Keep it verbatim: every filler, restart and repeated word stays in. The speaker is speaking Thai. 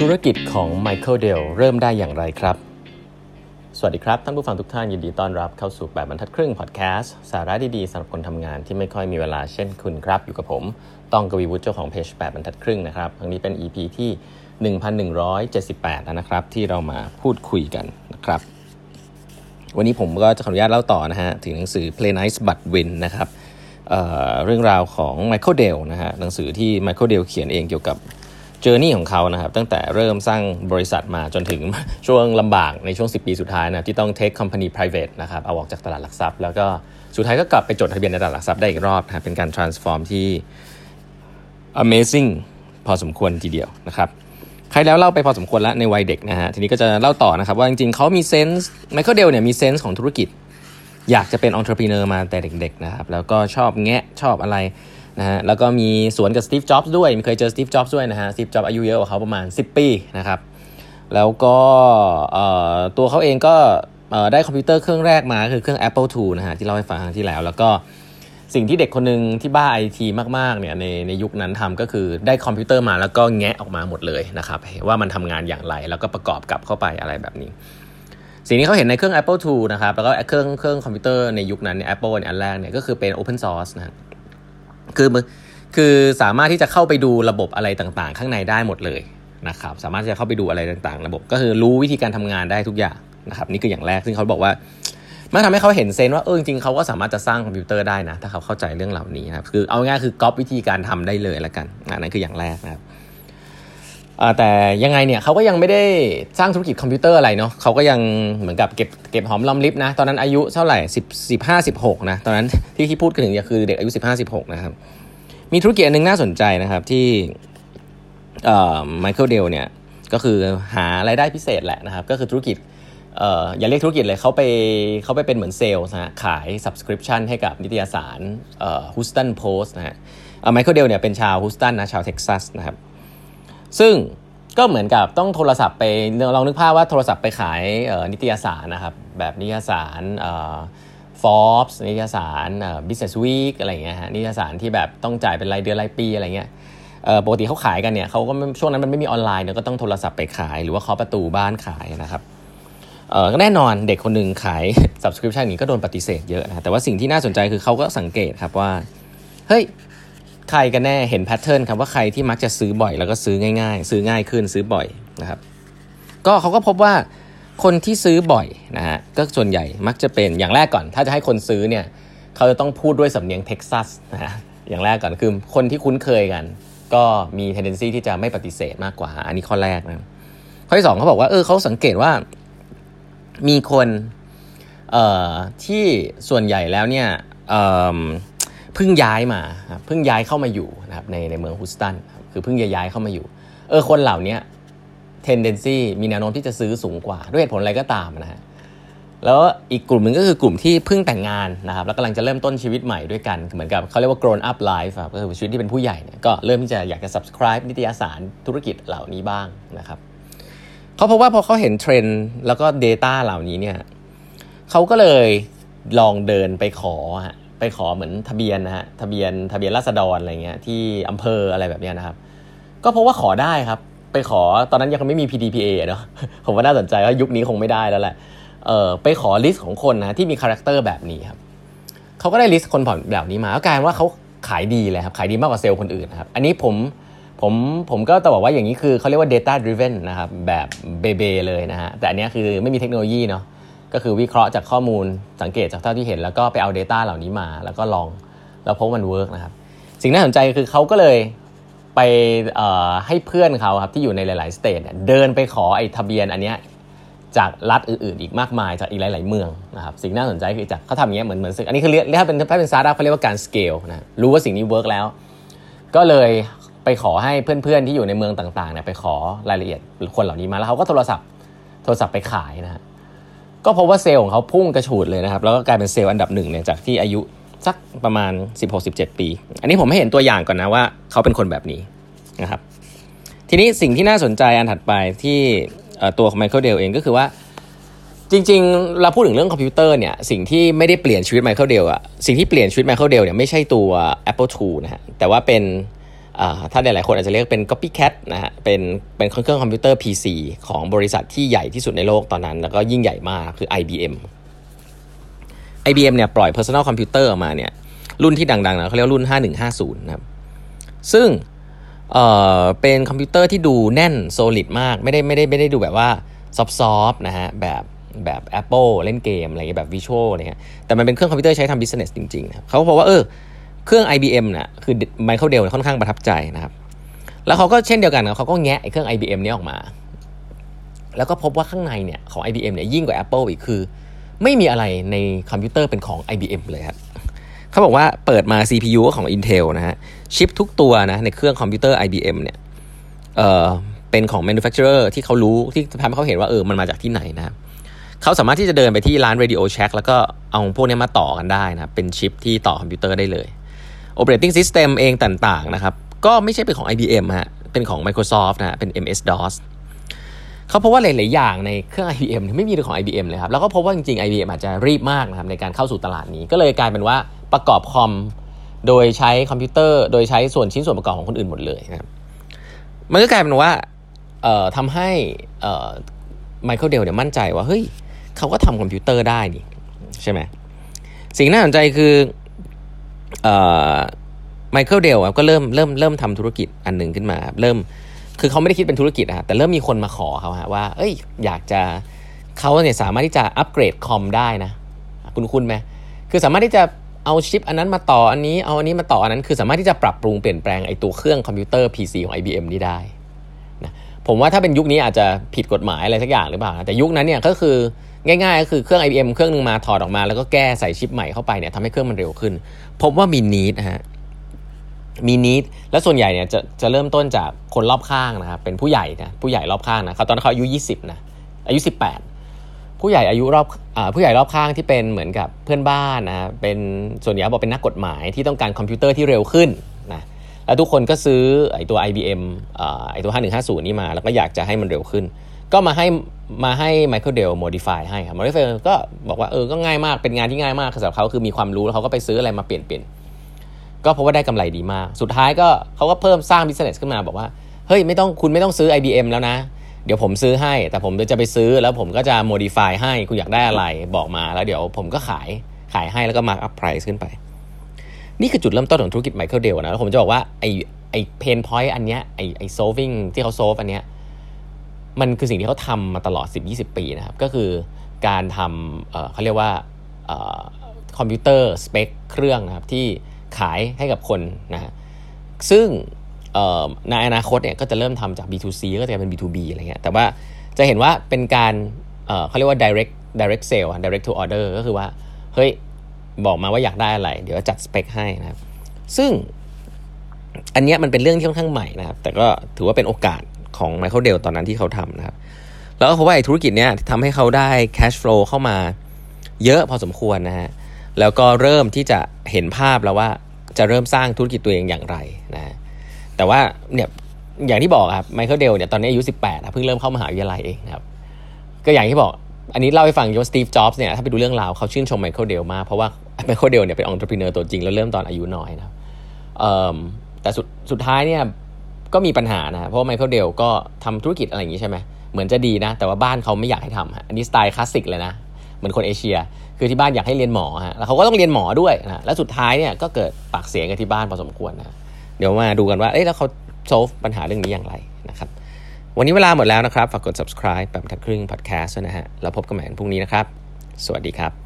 ธุรกิจของไมเคิลเดลเริ่มได้อย่างไรครับสวัสดีครับท่านผู้ฟังทุกท่านยินดีต้อนรับเข้าสู่แบบบรรทัดครึ่งพอดแคสต์สาระดีๆสำหรับคนทำงานที่ไม่ค่อยมีเวลาเช่นคุณครับอยู่กับผมต้องกวีวุฒิเจ้าของเพจแบบบรรทัดครึ่งนะครับครั้งนี้เป็น อี พี ที่ หนึ่งพันหนึ่งร้อยเจ็ดสิบแปด แล้วนะครับที่เรามาพูดคุยกันนะครับวันนี้ผมก็จะขออนุญาตเล่าต่อนะฮะถึงหนังสือ Play Nice But Win นะครับ เอ่อ เรื่องราวของไมเคิลเดลนะฮะหนังสือที่ไมเคิลเดลเขียนเองเกี่ยวกับเจอร์นี่ของเขานะครับตั้งแต่เริ่มสร้างบริษัทมาจนถึงช่วงลำบากในช่วงสิบปีสุดท้ายนะที่ต้อง take company private นะครับเอาออกจากตลาดหลักทรัพย์แล้วก็สุดท้ายก็กลับไปจดทะเบียนในตลาดหลักทรัพย์ได้อีกรอบนะเป็นการ transform ที่ amazing พอสมควรทีเดียวนะครับใครแล้วเล่าไปพอสมควรแล้วในวัยเด็กนะฮะทีนี้ก็จะเล่าต่อนะครับว่าจริงๆเขามีเซนส์ไมเคิลเดลเนี่ยมีเซนส์ของธุรกิจอยากจะเป็น entrepreneur มาแต่เด็กๆนะครับแล้วก็ชอบแงะชอบอะไรนะฮะแล้วก็มีสวนกับสตีฟจ็อบส์ด้วยเคยเจอสตีฟจ็อบส์ด้วยนะฮะสตีฟจ็อบส์อายุเยอะกว่าเขาประมาณสิบปีนะครับแล้วก็เอ่อตัวเขาเองก็เอ่อได้คอมพิวเตอร์เครื่องแรกมาคือเครื่อง Apple ทู นะฮะที่เล่าให้ฟังครั้งที่แล้วแล้วก็สิ่งที่เด็กคนนึงที่บ้า ไอ ที มากๆเนี่ยในในยุคนั้นทำก็คือได้คอมพิวเตอร์มาแล้วก็แงะออกมาหมดเลยนะครับว่ามันทำงานอย่างไรแล้วก็ประกอบกับเข้าไปอะไรแบบนี้สิ่งที่เขาเห็นในเครื่อง Apple ทู นะครับแล้วก็เครื่องเครื่องคอมพิวเตอร์ในยุคนั้นเนี่ย Apple อันแรกเนี่ยก็คือเป็น Open Source นะคือคือสามารถที่จะเข้าไปดูระบบอะไรต่างๆข้างในได้หมดเลยนะครับสามารถที่จะเข้าไปดูอะไรต่างๆระบบก็คือรู้วิธีการทำงานได้ทุกอย่างนะครับนี่คืออย่างแรกซึ่งเขาบอกว่ามันทำให้เขาเห็นเซนส์ว่าเออจริงๆเขาก็สามารถจะสร้างคอมพิวเตอร์ได้นะถ้าเขาเข้าใจเรื่องเหล่านี้นะครับคือเอาง่ายคือก๊อปวิธีการทำได้เลยละกันอันนั้นคืออย่างแรกนะครับแต่ยังไงเนี่ยเขาก็ยังไม่ได้สร้างธุรกิจคอมพิวเตอร์อะไรเนาะเขาก็ยังเหมือนกับเก็บเก็บหอมรอมริบนะตอนนั้นอายุเท่าไหร่สิบ สิบห้า สิบหกนะตอนนั้นที่ที่พูดกันถึงคือเด็กอายุสิบห้า สิบหกนะครับมีธุรกิจอันนึงน่าสนใจนะครับที่เอ่อไมเคิลเดลเนี่ยก็คือหารายได้พิเศษแหละนะครับก็คือธุรกิจเอ่ออย่าเรียกธุรกิจเลยเขาไปเขาไปเป็นเหมือนเซลล์นะขาย subscription ให้กับนิตยสารเอ่อ Houston Post นะฮะเอ่อไมเคิลเดลเนี่ยเป็นชาวฮูสตันนะชาวเท็กซัสนะครับซึ่งก็เหมือนกับต้องโทรศัพท์ไปลองนึกภาพว่าโทรศัพท์ไปขายเอ่อนิตยสารนะครับแบบนิตยสารเอ่อForbes นิตยสารเอ่อ Business Week อะไรอย่างเงี้ยฮะนิตยสารที่แบบต้องจ่ายเป็นรายเดือนรายปีอะไรเงี้ยเอ่อปกติเขาขายกันเนี่ยเขาก็ช่วงนั้นมันไม่มีออนไลน์เนี่ยก็ต้องโทรศัพท์ไปขายหรือว่าเคาะประตูบ้านขายนะครับเอ่อก็แน่นอนเด็กคนนึงขาย Subscription นี้ก็โดนปฏิเสธเยอะนะแต่ว่าสิ่งที่น่าสนใจคือเขาก็สังเกตครับว่าเฮ้ยใครกันแน่เห็นแพทเทิร์นครับว่าใครที่มักจะซื้อบ่อยแล้วก็ซื้อง่ายๆซื้อง่ายขึ้นซื้อบ่อยนะครับก็เขาก็พบว่าคนที่ซื้อบ่อยนะฮะก็ส่วนใหญ่มักจะเป็นอย่างแรกก่อนถ้าจะให้คนซื้อเนี่ยเขาจะต้องพูดด้วยสำเนียงเท็กซัสนะฮะอย่างแรกก่อนคือคนที่คุ้นเคยกันก็มี tendency ที่จะไม่ปฏิเสธมากกว่าอันนี้ข้อแรกนะข้อที่สองเขาบอกว่าเออเขาสังเกตว่ามีคนเอ่อที่ส่วนใหญ่แล้วเนี่ยเอ่อเพิ่งย้ายมาเพิ่งย้ายเข้ามาอยู่นะครับในในเมืองฮูสตันคือเพิ่งย้ายเข้ามาอยู่เออคนเหล่านี้tendency มีแนวโน้มที่จะซื้อสูงกว่าด้วยเหตุผลอะไรก็ตามนะฮะแล้วอีกกลุ่มนึงก็คือกลุ่มที่เพิ่งแต่งงานนะครับแล้วกำลังจะเริ่มต้นชีวิตใหม่ด้วยกันเหมือนกับเขาเรียกว่า grown up life ก็คือชีวิตที่เป็นผู้ใหญ่เนี่ยก็เริ่มที่จะอยากจะ subscribe นิตยสารธุรกิจเหล่านี้บ้างนะครับเขาพบว่าพอเขาเห็นเทรนด์แล้วก็ data เหล่านี้เนี่ยเขาก็เลยลองเดินไปขอฮะไปขอเหมือนทะเบียนนะฮะทะเบียนทะเบียนราษฎรอะไรเงี้ยที่อำเภออะไรแบบนี้นะครับก็เพราะว่าขอได้ครับไปขอตอนนั้นยังไม่มี พี ดี พี เอ เนาะผมว่าน่าสนใจว่ายุคนี้คงไม่ได้แล้วแหละเออไปขอลิสต์ของคนนะที่มีคาแรคเตอร์แบบนี้ครับเขาก็ได้ลิสต์คนผ่อนแบบนี้มาก็กลายว่าเขาขายดีเลยครับขายดีมากกว่าเซลล์คนอื่นนะครับอันนี้ผมผมผมก็จะบอกว่าอย่างนี้คือเขาเรียกว่า data driven นะครับแบบเบเบเลยนะฮะแต่อันนี้คือไม่มีเทคโนโลยีเนาะก็คือวิเคราะห์จากข้อมูลสังเกตจากเท่าที่เห็นแล้วก็ไปเอา data เหล่านี้มาแล้วก็ลองแล้วพบมันเวิร์กนะครับสิ่งน่าสนใจคือเขาก็เลยไปเอ่อให้เพื่อนเขาครับที่อยู่ในหลายๆสเตทเนี่ยเดินไปขอไอ้ทะเบียนอันเนี้ยจากรัฐอื่นๆอีกมากมายจากอีกหลายๆเมืองนะครับสิ่งน่าสนใจคือจากเขาทำอย่างเงี้ยเหมือนเหมือนอันนี้คือเรียกถ้าเป็นถ้าเป็นสตาร์ทอัพเขาเรียกว่าการสเกลนะรู้ว่าสิ่งนี้เวิร์กแล้วก็เลยไปขอให้เพื่อนๆที่อยู่ในเมืองต่างๆเนี่ยไปขอรายละเอียดคนเหล่านี้มาแล้วเขาก็โทรศัพท์โทรศัพท์ไปขายนะฮะก็พบว่าเซลล์ของเขาพุ่งกระฉูดเลยนะครับแล้วก็กลายเป็นเซลล์อันดับหนึ่งเนี่ยจากที่อายุสักประมาณ สิบหก สิบเจ็ด ปีอันนี้ผมให้เห็นตัวอย่างก่อนนะว่าเขาเป็นคนแบบนี้นะครับทีนี้สิ่งที่น่าสนใจอันถัดไปที่ตัวของไมเคิลเดลเองก็คือว่าจริงๆเราพูดถึงเรื่องคอมพิวเตอร์เนี่ยสิ่งที่ไม่ได้เปลี่ยนชีวิตไมเคิลเดลอะสิ่งที่เปลี่ยนชีวิตไมเคิลเดลเนี่ยไม่ใช่ตัว Apple ทู นะฮะแต่ว่าเป็นถ้าหลายๆคนอาจจะเรียกเป็น copycat นะฮะเป็นเป็นเครื่องคอมพิวเตอร์ พี ซี ของบริษัทที่ใหญ่ที่สุดในโลกตอนนั้นแล้วก็ยิ่งใหญ่มากคือ ไอ บี เอ็ม ไอ บี เอ็ม เนี่ยปล่อย personal computer ออกมาเนี่ยรุ่นที่ดังๆนะเขาเรียกรุ่นห้าหนึ่งห้าศูนย์นะครับซึ่งเอ่อเป็นคอมพิวเตอร์ที่ดูแน่น solid มากไม่ได้ไม่ได้ไม่ได้ดูแบบว่าซอฟต์ๆนะฮะแบบแบบ Apple เล่นเกมอะไรเงี้ยแบบ Visual อะไรเงี้ยแต่มันเป็นเครื่องคอมพิวเตอร์ใช้ทำ business จริงๆนะเขาบอกว่าเออเครื่อง ไอ บี เอ็ม น่ะคือ Michael Dell ค่อนข้างประทับใจนะครับแล้วเขาก็เช่นเดียวกันเขาก็แงะไอ้เครื่อง ไอ บี เอ็ม นี้ออกมาแล้วก็พบว่าข้างในเนี่ยของ ไอ บี เอ็ม เนี่ยยิ่งกว่า Apple อีกคือไม่มีอะไรในคอมพิวเตอร์เป็นของ ไอ บี เอ็ม เลยครับเขาบอกว่าเปิดมา ซี พี ยู ก็ของ Intel นะฮะชิปทุกตัวนะในเครื่องคอมพิวเตอร์ ไอ บี เอ็ม เนี่ยเอ่อเป็นของ manufacturer ที่เขารู้ที่ทำให้เขาเห็นว่าเออมันมาจากที่ไหนนะเขาสามารถที่จะเดินไปที่ร้าน Radio Shack แล้วก็เอาพวกนี้มาต่อกันได้นะเป็นชิปที่ต่อคอมพิวเตอร์ได้เลย Operating System เองต่างๆนะครับก็ไม่ใช่เป็นของ ไอ บี เอ็ม ฮะเป็นของ Microsoft นะเป็น เอ็ม เอส ดอส เขาพบว่าหลายๆอย่างในเครื่อง ไอ บี เอ็ม ไม่มีของ ไอ บี เอ็ม เลยครับแล้วก็พบว่าจริงๆ ไอ บี เอ็ม อาจจะรีบมากนะครับในการเข้าสู่ตลาดนี้ก็เลยกลายเป็นว่าประกอบคอมโดยใช้คอมพิวเตอร์โดยใช้ส่วนชิ้นส่วนประกอบของคนอื่นหมดเลยนะครับมันก็กลายเป็นว่าเอ่อทำให้เอ่อ Michael Dell เนี่ยมั่นใจว่าเฮ้ยเขาก็ทำคอมพิวเตอร์ได้นี่ใช่ไหมสิ่งน่าสนใจคือเอ่อ Michael Dell ก็เริ่มเริ่มเริ่มทำธุรกิจอันหนึ่งขึ้นมาเริ่มคือเขาไม่ได้คิดเป็นธุรกิจนะแต่เริ่มมีคนมาขอเขาฮะว่าเอ้ยอยากจะเขาเนี่ยสามารถที่จะอัปเกรดคอมได้นะคุณคุณไหมคือสามารถที่จะเอาชิปอันนั้นมาต่ออันนี้เอาอันนี้มาต่ออันนั้นคือสามารถที่จะปรับปรุงเปลี่ยนแปลงไอ้ตัวเครื่องคอมพิวเตอร์ พี ซี ของ ไอ บี เอ็ม นี่ได้นะผมว่าถ้าเป็นยุคนี้อาจจะผิดกฎหมายอะไรสักอย่างหรือเปล่าแต่ยุคนั้นเนี่ยก็คือง่ายๆก็คือเครื่อง ไอ บี เอ็ม เครื่องนึงมาถอดออกมาแล้วก็แก้ใส่ชิปใหม่เข้าไปเนี่ยทำให้เครื่องมันเร็วขึ้นพบว่ามีนีดนะฮะมีนิดและส่วนใหญ่เนี่ยจะจะเริ่มต้นจากคนรอบข้างนะครับเป็นผู้ใหญ่นะผู้ใหญ่รอบข้างนะเขาตอนนั้นเขาอายุยี่สิบนะอายุสิบแปดผู้ใหญ่อายุรอบอ่าผู้ใหญ่รอบข้างที่เป็นเหมือนกับเพื่อนบ้านนะเป็นส่วนใหญ่บอกเป็นนักกฎหมายที่ต้องการคอมพิวเตอร์ที่เร็วขึ้นนะแล้วทุกคนก็ซื้อไอ้ตัว ไอ บี เอ็ม อ่าไอ้ตัวห้าหนึ่งห้าศูนย์นี่มาแล้วก็อยากจะให้มันเร็วขึ้นก็มาให้มาให้ Michael Dell modify ให้ครับ modify ก็บอกว่าเออก็ง่ายมากเป็นงานที่ง่ายมากสำหรับเขาคือมีความรู้แล้วเขาก็ไปซื้ออะไรมาเปลี่ยนเปลี่ยนก็เพราะว่าได้กำไรดีมากสุดท้ายก็เขาก็เพิ่มสร้าง business ขึ้นมาบอกว่าเฮ้ยไม่ต้องคุณไม่ต้องซื้อ ไอ บี เอ็ม แล้วนะเดี๋ยวผมซื้อให้แต่ผมจะไปซื้อแล้วผมก็จะ modify ให้คุณอยากได้อะไรบอกมาแล้วเดี๋ยวผมก็ขายขายให้แล้วก็ mark up price ขึ้นไปนี่คือจุดเริ่มต้นของธุรกิจ Michael Dell นะแล้วผมจะบอกว่าไอ้ไอ้ pain point อันเนี้ยไอ้ไอ้ solving ที่เขา solve อันเนี้ยมันคือสิ่งที่เขาทำมาตลอด สิบถึงยี่สิบ ปีนะครับก็คือการทำเอ่อเขาเรียกว่าเอ่อคอมพิวเตอร์สเปคเครื่องนะครับที่ขายให้กับคนนะฮะซึ่งในอนาคตเนี่ยก็จะเริ่มทำจาก บี ทู ซี ก็จะเป็น บี ทู บี อะไรเงี้ยแต่ว่าจะเห็นว่าเป็นการเอ่อเขาเรียกว่า direct direct sale direct to order ก็คือว่าเฮ้ยบอกมาว่าอยากได้อะไรเดี๋ยวจัดสเปคให้นะครับซึ่งอันเนี้ยมันเป็นเรื่องที่ค่อนข้างใหม่นะครับแต่ก็ถือว่าเป็นโอกาสของ Michael Dell ตอนนั้นที่เขาทำนะครับแล้วก็เพราะว่าไอ้ธุรกิจเนี้ยทำให้เขาได้ cash flow เข้ามาเยอะพอสมควรนะฮะแล้วก็เริ่มที่จะเห็นภาพแล้วว่าจะเริ่มสร้างธุรกิจตัวเองอย่างไรนะแต่ว่าเนี่ยอย่างที่บอกครับ Michael Dell เนี่ยตอนนี้อายุสิบแปดนะเพิ่งเริ่มเข้ามหาวิทยาลัยเองนะครับก็อย่างที่บอกอันนี้เล่าให้ฟังว่า Steve Jobs เนี่ยถ้าไปดูเรื่องราวเขาชื่นชม Michael Dell มากเพราะว่า Michael Dell เนี่ยเป็น entrepreneur ตัวจริงแล้วเริ่มตอนอายุน้อยนะครับแต่สุดสุดท้ายเนี่ยก็มีปัญหานะเพราะว่า Michael Dell ก็ทำธุรกิจอะไรอย่างนี้ใช่ไหมเหมือนจะดีนะแต่ว่าบ้านเขาไม่อยากให้ทำอันนี้สไตล์คลาสสิกเลยนะเหมือนคนเอเชียคือที่บ้านอยากให้เรียนหมอฮะแล้วเขาก็ต้องเรียนหมอด้วยนะแล้วสุดท้ายเนี่ยก็เกิดปากเสียงกันที่บ้านพอสมควรนะเดี๋ยวมาดูกันว่าเอ๊ะแล้วเขาโซฟปัญหาเรื่องนี้อย่างไรนะครับวันนี้เวลาหมดแล้วนะครับฝากกด subscribe แบบบรรทัดครึ่ง podcast ด้วยนะฮะแล้วพบกันใหม่พรุ่งนี้นะครับสวัสดีครับ